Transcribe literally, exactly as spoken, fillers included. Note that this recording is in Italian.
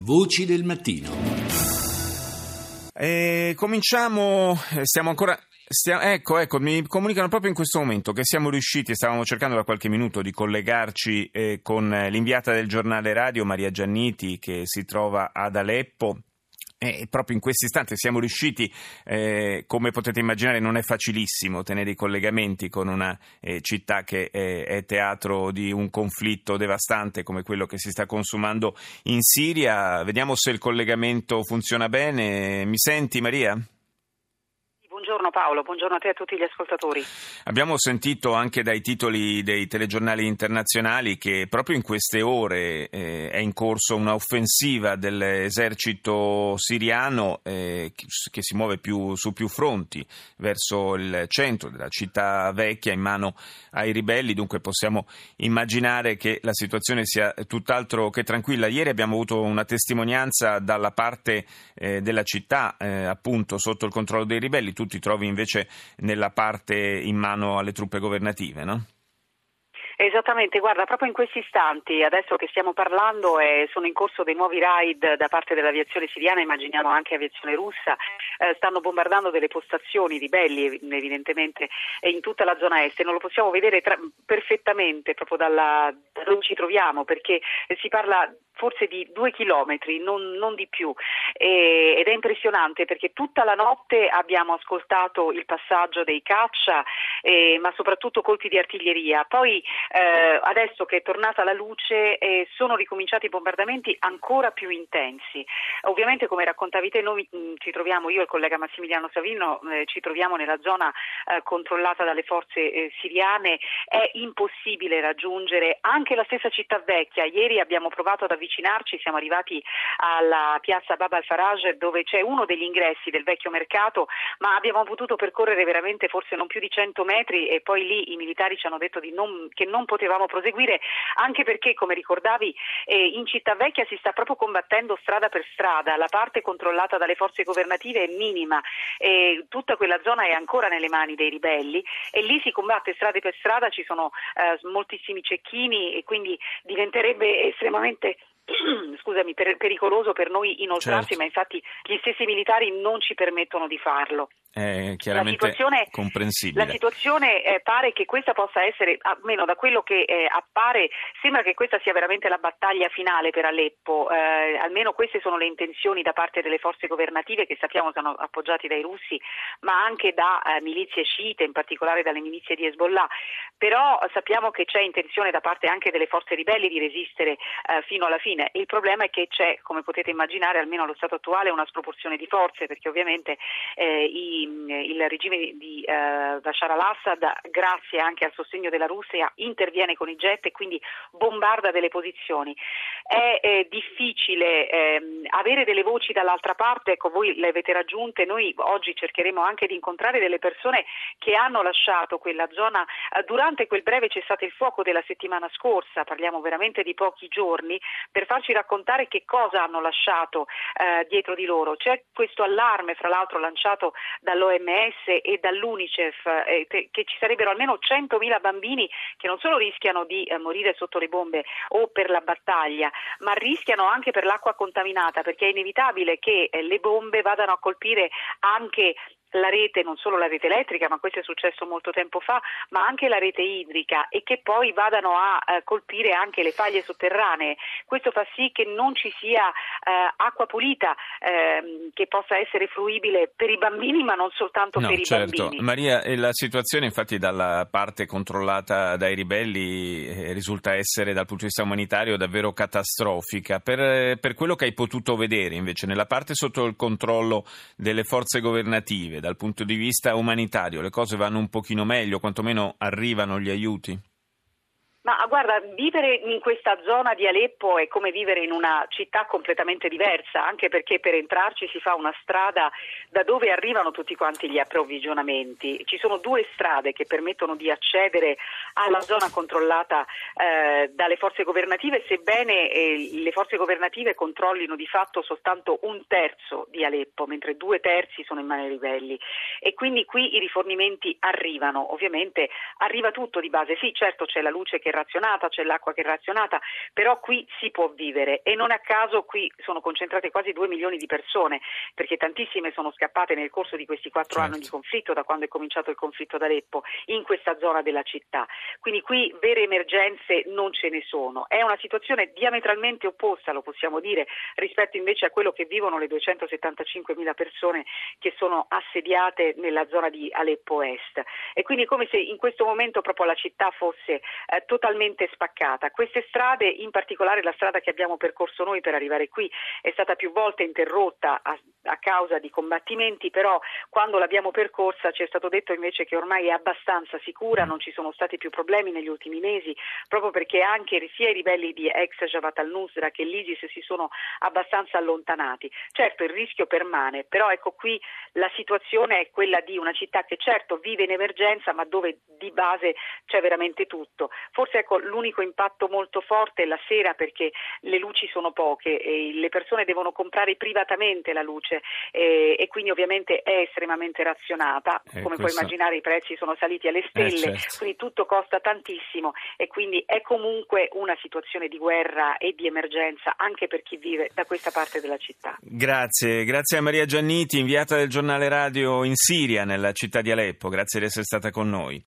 Voci del mattino. E cominciamo, stiamo ancora... Stiamo, ecco, ecco, mi comunicano proprio in questo momento che siamo riusciti, stavamo cercando da qualche minuto di collegarci eh, con l'inviata del giornale radio Maria Gianniti, che si trova ad Aleppo. E proprio in questi istanti siamo riusciti, eh, come potete immaginare non è facilissimo tenere i collegamenti con una eh, città che è, è teatro di un conflitto devastante come quello che si sta consumando in Siria. Vediamo se il collegamento funziona bene. Mi senti, Maria? Buongiorno Paolo, buongiorno a te e a tutti gli ascoltatori. Abbiamo sentito anche dai titoli dei telegiornali internazionali che proprio in queste ore eh, è in corso una offensiva dell'esercito siriano eh, che si muove più, su più fronti verso il centro della città vecchia in mano ai ribelli, dunque possiamo immaginare che la situazione sia tutt'altro che tranquilla. Ieri abbiamo avuto una testimonianza dalla parte eh, della città eh, appunto sotto il controllo dei ribelli. Tu ti trovi invece nella parte in mano alle truppe governative, no? Esattamente, guarda, proprio in questi istanti, adesso che stiamo parlando, eh, sono in corso dei nuovi raid da parte dell'aviazione siriana, immaginiamo anche aviazione russa, eh, stanno bombardando delle postazioni ribelli evidentemente in tutta la zona est, e non lo possiamo vedere tra- perfettamente proprio dalla, da dove ci troviamo, perché eh, si parla forse di due chilometri, non, non di più, e, ed è impressionante perché tutta la notte abbiamo ascoltato il passaggio dei caccia, eh, ma soprattutto colpi di artiglieria. Poi eh, adesso che è tornata la luce eh, sono ricominciati i bombardamenti ancora più intensi. Ovviamente, come raccontavi te, noi mh, ci troviamo, io e il collega Massimiliano Savino, eh, ci troviamo nella zona eh, controllata dalle forze eh, siriane. È impossibile raggiungere anche la stessa città vecchia. Ieri abbiamo provato ad avvicinarci, siamo arrivati alla piazza Bab al-Faraj, dove c'è uno degli ingressi del vecchio mercato, ma abbiamo potuto percorrere veramente forse non più di cento metri, e poi lì i militari ci hanno detto di non, che non potevamo proseguire, anche perché, come ricordavi, eh, in città vecchia si sta proprio combattendo strada per strada. La parte controllata dalle forze governative è minima, e tutta quella zona è ancora nelle mani dei ribelli, e lì si combatte strada per strada, ci sono eh, moltissimi cecchini, e quindi diventerebbe estremamente scusami, per, pericoloso per noi inoltrarsi, certo. Ma infatti gli stessi militari non ci permettono di farlo. È chiaramente la situazione, comprensibile. La situazione eh, pare che questa possa essere, almeno da quello che eh, appare, sembra che questa sia veramente la battaglia finale per Aleppo, eh, almeno queste sono le intenzioni da parte delle forze governative, che sappiamo sono appoggiate dai russi, ma anche da eh, milizie sciite, in particolare dalle milizie di Hezbollah. Però sappiamo che c'è intenzione da parte anche delle forze ribelli di resistere eh, fino alla fine. Il problema è che c'è, come potete immaginare, almeno allo stato attuale, una sproporzione di forze, perché ovviamente eh, i il regime di uh, Bashar al-Assad, grazie anche al sostegno della Russia, interviene con i jet e quindi bombarda delle posizioni. È eh, difficile eh, avere delle voci dall'altra parte, ecco, voi le avete raggiunte, noi oggi cercheremo anche di incontrare delle persone che hanno lasciato quella zona eh, durante quel breve cessate il fuoco della settimana scorsa, parliamo veramente di pochi giorni, per farci raccontare che cosa hanno lasciato eh, dietro di loro. C'è questo allarme, fra l'altro, lanciato dall'O M S e dall'UNICEF, eh, che ci sarebbero almeno centomila bambini che non solo rischiano di eh, morire sotto le bombe o per la battaglia, ma rischiano anche per l'acqua contaminata, perché è inevitabile che eh, le bombe vadano a colpire anche la rete, non solo la rete elettrica, ma questo è successo molto tempo fa, ma anche la rete idrica, e che poi vadano a eh, colpire anche le faglie sotterranee. Questo fa sì che non ci sia eh, acqua pulita eh, che possa essere fruibile per i bambini, ma non soltanto no, per certo. i bambini. Maria, la situazione infatti dalla parte controllata dai ribelli eh, risulta essere dal punto di vista umanitario davvero catastrofica. Per, per quello che hai potuto vedere invece nella parte sotto il controllo delle forze governative, dal punto di vista umanitario, le cose vanno un pochino meglio, quantomeno arrivano gli aiuti? Ma guarda, vivere in questa zona di Aleppo è come vivere in una città completamente diversa, anche perché per entrarci si fa una strada da dove arrivano tutti quanti gli approvvigionamenti. Ci sono due strade che permettono di accedere alla zona controllata eh, dalle forze governative, sebbene eh, le forze governative controllino di fatto soltanto un terzo di Aleppo, mentre due terzi sono in mano ai ribelli. E quindi qui i rifornimenti arrivano, ovviamente arriva tutto di base. Sì, certo, c'è la luce che è razionata, c'è l'acqua che è razionata, però qui si può vivere e non a caso qui sono concentrate quasi due milioni di persone, perché tantissime sono scappate nel corso di questi quattro certo. anni di conflitto, da quando è cominciato il conflitto ad Aleppo, in questa zona della città. Quindi qui vere emergenze non ce ne sono. È una situazione diametralmente opposta, lo possiamo dire, rispetto invece a quello che vivono le duecentosettantacinquemila persone che sono assediate nella zona di Aleppo Est. E quindi è come se in questo momento proprio la città fosse eh, totalmente spaccata. Queste strade, in particolare la strada che abbiamo percorso noi per arrivare qui, è stata più volte interrotta a, a causa di combattimenti, però quando l'abbiamo percorsa ci è stato detto invece che ormai è abbastanza sicura, non ci sono stati più problemi negli ultimi mesi, proprio perché anche sia i ribelli di ex Jabhat al-Nusra che l'ISIS si sono abbastanza allontanati. Certo, il rischio permane, però ecco qui la situazione è quella di una città che certo vive in emergenza, ma dove di base c'è veramente tutto. Forse ecco l'unico impatto molto forte è la sera, perché le luci sono poche e le persone devono comprare privatamente la luce e, e quindi ovviamente è estremamente razionata. Eh, Come questo... puoi immaginare i prezzi sono saliti alle stelle, eh, certo. quindi tutto costa tantissimo e quindi è comunque una situazione di guerra e di emergenza anche per chi vive da questa parte della città. Grazie, grazie a Maria Gianniti, inviata del giornale radio in Siria, nella città di Aleppo, grazie di essere stata con noi.